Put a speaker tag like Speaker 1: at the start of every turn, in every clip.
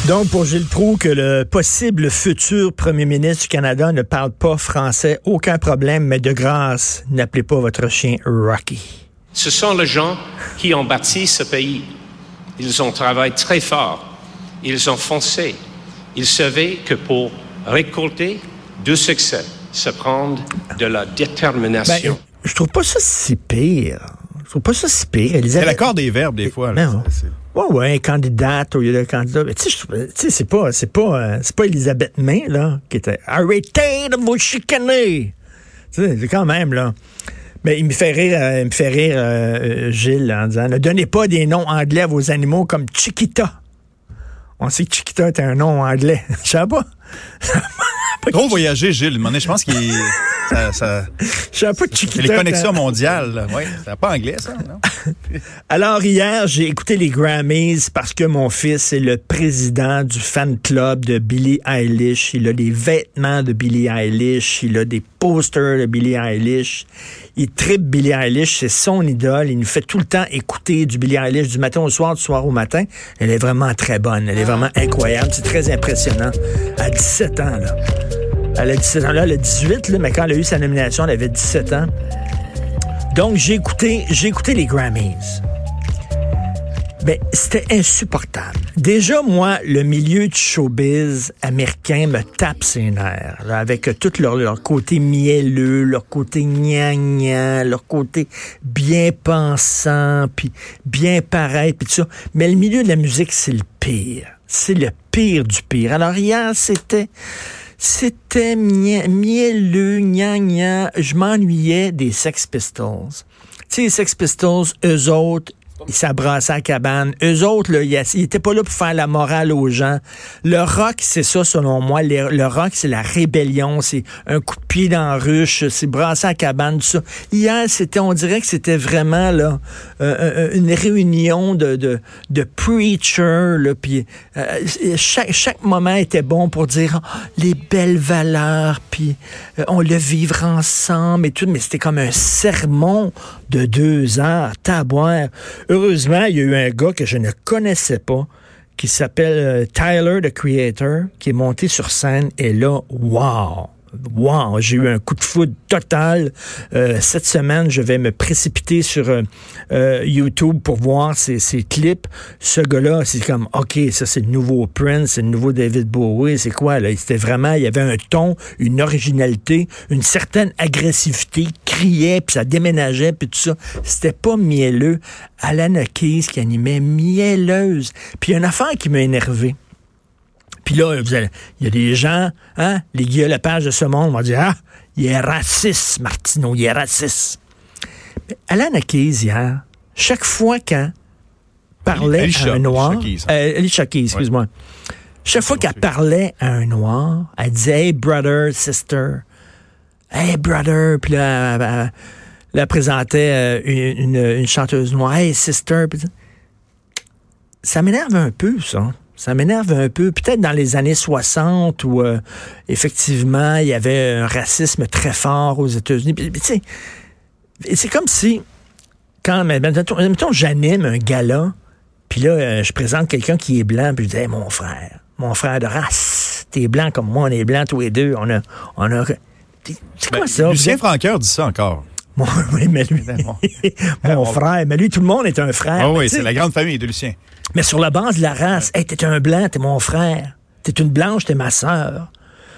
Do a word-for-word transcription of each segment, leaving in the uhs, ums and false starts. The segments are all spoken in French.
Speaker 1: Donc, pour Gilles Proulx, que le possible futur premier ministre du Canada ne parle pas français, aucun problème, mais de grâce, n'appelez pas votre chien Rocky.
Speaker 2: Ce sont les gens qui ont bâti ce pays. Ils ont travaillé très fort. Ils ont foncé. Ils savaient que pour récolter du succès, ça prend de la détermination.
Speaker 1: Ben, je trouve pas ça si pire. Je trouve pas ça si pire. Elisabeth...
Speaker 3: C'est l'accord des verbes, des fois. Là,
Speaker 1: non.
Speaker 3: c'est, c'est...
Speaker 1: Ouais, ouais, candidate au lieu de candidat. Tu sais, c'est pas, c'est pas, euh, c'est pas Elisabeth May, là, qui était arrêtez de vous chicaner. Tu sais, c'est quand même, là. Mais il me fait rire, euh, il me fait rire, euh, Gilles, en disant, ne donnez pas des noms anglais à vos animaux comme Chiquita. On sait que Chiquita est un nom anglais. Je sais pas.
Speaker 3: Trop voyagé, Gilles. Je pense qu'il ça, ça,
Speaker 1: je sais pas de Chiquita.
Speaker 3: Les connexions mondiales. Oui, c'est pas anglais, ça, non?
Speaker 1: Alors, hier, j'ai écouté les Grammys parce que mon fils est le président du fan club de Billie Eilish. Il a des vêtements de Billie Eilish. Il a des posters de Billie Eilish. Il tripe Billie Eilish. C'est son idole. Il nous fait tout le temps écouter du Billie Eilish du matin au soir, du soir au matin. Elle est vraiment très bonne. Elle est vraiment incroyable. C'est très impressionnant. À dix-sept ans, là. Elle a dix-sept ans. Là, elle a dix-huit, là, mais quand elle a eu sa nomination, elle avait dix-sept ans. Donc, j'ai écouté, j'ai écouté les Grammys. Ben, c'était insupportable. Déjà, moi, le milieu du showbiz américain me tape ses nerfs, là, avec tout leur, leur côté mielleux, leur côté gnangnan, leur côté bien pensant, puis bien pareil, puis tout ça. Mais le milieu de la musique, c'est le pire. C'est le pire du pire. Alors, hier, c'était... C'était mie- mielleux, gnangnan. Je m'ennuyais des Sex Pistols. Tu sais, les Sex Pistols, eux autres, ils s'abrassaient à la cabane. Eux autres, là, ils étaient pas là pour faire la morale aux gens. Le rock, c'est ça, selon moi. Le, le rock, c'est la rébellion. C'est un coup de pied dans la ruche. C'est brasser à la cabane, tout ça. Hier, c'était, on dirait que c'était vraiment, là, euh, une réunion de, de, de preachers, là. Puis, euh, chaque, chaque moment était bon pour dire oh, les belles valeurs, puis euh, on le vivre ensemble et tout. Mais c'était comme un sermon de deux heures. Taboire. Heureusement, il y a eu un gars que je ne connaissais pas, qui s'appelle euh, Tyler, the Creator, qui est monté sur scène, et là, wow! Wow, j'ai eu un coup de foudre total. Euh, cette semaine, je vais me précipiter sur euh, euh, YouTube pour voir ces, ces clips. Ce gars-là, c'est comme, OK, ça c'est le nouveau Prince, c'est le nouveau David Bowie, c'est quoi, là? C'était vraiment, il y avait un ton, une originalité, une certaine agressivité, il criait, puis ça déménageait, puis tout ça. C'était pas mielleux. Alana Keys qui animait mielleuse. Puis il y a une affaire qui m'a énervé. Puis là, il y a des gens, hein, les Guillaume Lepage de ce monde vont dire, ah, il est raciste, Martineau, il est raciste. Mais Alana Keys, hier, chaque fois qu'elle parlait
Speaker 3: Alicia,
Speaker 1: à un noir,
Speaker 3: Alicia Keys, hein.
Speaker 1: euh, Alicia Keys, excuse-moi, ouais. Chaque fois qu'elle parlait à un noir, elle disait, hey, brother, sister, hey, brother, puis là, elle, elle, elle présentait une, une, une chanteuse noire, hey, sister, puis ça m'énerve un peu, ça. Ça m'énerve un peu. Peut-être dans les années soixante où, euh, effectivement, il y avait un racisme très fort aux États-Unis. Puis, tu sais, c'est comme si, quand, mettons, mettons j'anime un gala, puis là, euh, je présente quelqu'un qui est blanc, puis je dis, hey, mon frère, mon frère de race, t'es blanc comme moi, on est blancs tous les deux, on a... On a c'est quoi ben, ça?
Speaker 3: Lucien Francoeur dit ça encore.
Speaker 1: Mon, oui, mais lui, mon frère, mais lui, tout le monde est un frère.
Speaker 3: Oh oui, c'est la grande famille de Lucien.
Speaker 1: Mais sur la base de la race, hey, t'es un blanc, t'es mon frère. T'es une blanche, t'es ma sœur.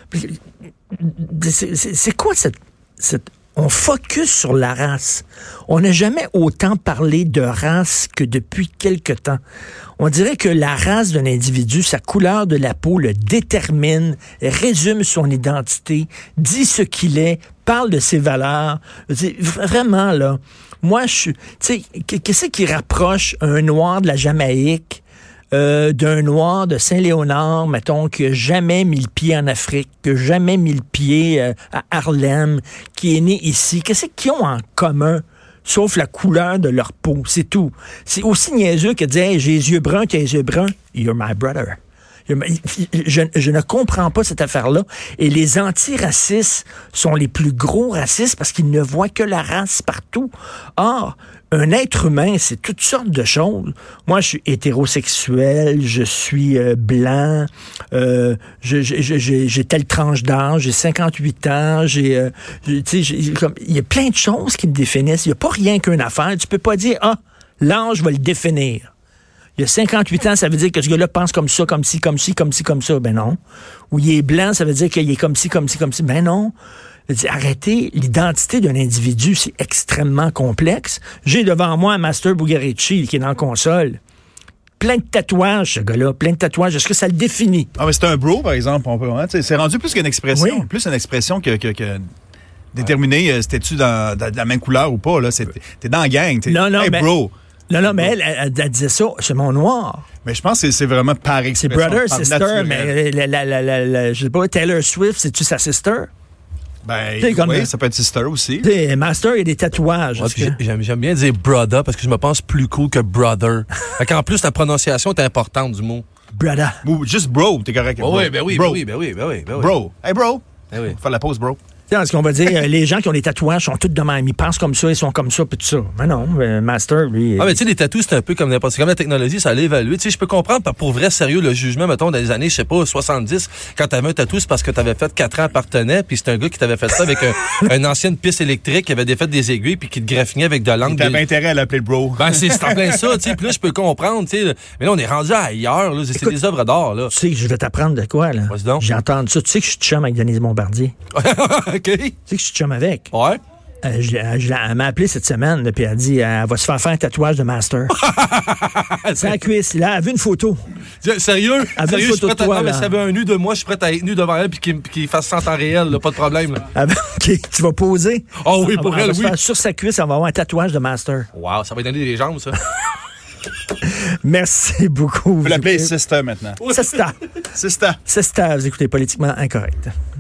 Speaker 1: C'est, c'est, c'est quoi cette, cette... On focus sur la race. On n'a jamais autant parlé de race que depuis quelque temps. On dirait que la race d'un individu, sa couleur de la peau le détermine, résume son identité, dit ce qu'il est, parle de ses valeurs. Vraiment, là, moi, je suis... Tu sais, qu'est-ce qui rapproche un noir de la Jamaïque euh, d'un noir de Saint-Léonard, mettons, qui n'a jamais mis le pied en Afrique, qui n'a jamais mis le pied euh, à Harlem, qui est né ici? Qu'est-ce qu'ils ont en commun? Sauf la couleur de leur peau, c'est tout. C'est aussi niaiseux que de dire hey, « j'ai les yeux bruns, tu as les yeux bruns. You're my brother. » Je, je ne comprends pas cette affaire-là. Et les antiracistes sont les plus gros racistes parce qu'ils ne voient que la race partout. Or, Un être humain, c'est toutes sortes de choses. Moi, je suis hétérosexuel, je suis euh, blanc, euh, je, je, je, j'ai, j'ai telle tranche d'âge, j'ai cinquante-huit ans, j'ai, euh, tu sais, j'ai, comme, il y a plein de choses qui me définissent. Il n'y a pas rien qu'une affaire. Tu peux pas dire, ah, l'âge va le définir. Il y a cinquante-huit ans, ça veut dire que ce gars-là pense comme ça, comme ci, comme ci, comme ci, comme ça. Ben non. Ou il est blanc, ça veut dire qu'il est comme ci, comme ci, comme ci. Ben non. Arrêtez, l'identité d'un individu, c'est extrêmement complexe. J'ai devant moi un Master Bugarici qui est dans la console. Plein de tatouages, ce gars-là, plein de tatouages. Est-ce que ça le définit?
Speaker 3: Ah, mais c'est un bro, par exemple. On peut, hein, c'est rendu plus qu'une expression.
Speaker 1: Oui.
Speaker 3: Plus une expression que... que, que... déterminer euh, c'était-tu dans, dans, dans la même couleur ou pas. Là. C'est, t'es dans la gang. T'es,
Speaker 1: non, non,
Speaker 3: hey,
Speaker 1: mais,
Speaker 3: bro.
Speaker 1: Non, non, mais elle, elle, elle disait ça, c'est mon noir.
Speaker 3: Mais je pense que c'est vraiment par
Speaker 1: C'est
Speaker 3: expression.
Speaker 1: brother,
Speaker 3: par
Speaker 1: sister,
Speaker 3: naturel.
Speaker 1: mais la, la, la, la, la, je sais pas, Taylor Swift, c'est-tu sa sister?
Speaker 3: Ben,
Speaker 1: T'sais, comme
Speaker 3: oui,
Speaker 1: le-
Speaker 3: ça peut être sister aussi.
Speaker 1: T'sais, Master, il y a des tatouages.
Speaker 4: Ouais,
Speaker 1: est-ce
Speaker 4: puis
Speaker 1: que-
Speaker 4: j'ai- j'aime, j'aime bien dire brother parce que je me pense plus cool que brother. Fait qu'en plus, la prononciation est importante du mot.
Speaker 1: Brother.
Speaker 3: Ou juste bro, t'es correct.
Speaker 4: Oh,
Speaker 3: bro.
Speaker 4: oui, ben oui,
Speaker 3: bro.
Speaker 4: ben oui, ben oui, ben oui, ben oui.
Speaker 3: Bro. Hey, bro.
Speaker 4: Ben oui.
Speaker 3: Faut faire la pause, bro.
Speaker 1: T'sais, Est-ce qu'on va dire, euh, les gens qui ont des tatouages sont tous de même. Ils pensent comme ça, ils sont comme ça, puis tout ça. Mais non, euh, Master, lui...
Speaker 4: Ah, mais tu sais, les tatous, c'est un peu comme n'importe. C'est comme la technologie, ça allait évaluer. Tu sais, je peux comprendre, par- pour vrai, sérieux, le jugement, mettons, dans les années, je sais pas, soixante-dix, quand t'avais un tatou, c'est parce que t'avais fait quatre ans appartenait, puis c'est un gars qui t'avait fait ça avec un, une ancienne piste électrique qui avait défait des aiguilles, puis qui te graffinait avec de l'encre.
Speaker 3: T'avais
Speaker 4: des-
Speaker 3: intérêt à l'appeler bro.
Speaker 4: Ben, c'est, c'est en plein ça, tu sais. Puis là, je peux comprendre, tu sais. Mais là, on est rendu ailleurs, là. C'est, c'est
Speaker 1: Écoute,
Speaker 4: des œuvres d'art, là.
Speaker 1: Tu sais que je vais t'apprendre de quoi, là?
Speaker 4: Vas-y donc.
Speaker 1: J'ai entendu ça. Tu sais que je suis chum avec Denise Bombardier.
Speaker 4: OK.
Speaker 1: Tu sais que je suis chum avec.
Speaker 4: Ouais.
Speaker 1: Euh, je, je- elle m'a appelé cette semaine, là, puis elle a dit elle va se faire faire un tatouage de Master. C'est la cuisse. Là, elle a vu une photo.
Speaker 4: Sérieux?
Speaker 1: Avec
Speaker 4: Sérieux,
Speaker 1: une
Speaker 4: je suis
Speaker 1: photo
Speaker 4: prêt à...
Speaker 1: de toi,
Speaker 4: non, mais
Speaker 1: là.
Speaker 4: si elle avait un nu de moi, je suis prêt à être nu devant elle puis qu'il, qu'il fasse ça en temps réel, là, pas de problème. Là.
Speaker 1: Elle va- OK, tu vas poser.
Speaker 4: Ah oui,
Speaker 1: Elle
Speaker 4: pour
Speaker 1: va- elle
Speaker 4: elle,
Speaker 1: va se
Speaker 4: oui.
Speaker 1: faire sur sa cuisse, elle va avoir un tatouage de Master.
Speaker 4: Wow, ça va lui donner des jambes, ça.
Speaker 1: Merci beaucoup.
Speaker 3: Faut
Speaker 1: Vous
Speaker 3: l'appeler
Speaker 1: écoutez-
Speaker 3: sister maintenant.
Speaker 1: C'est ça.
Speaker 3: Sister.
Speaker 1: C'est ça. Vous écoutez Politiquement Incorrect.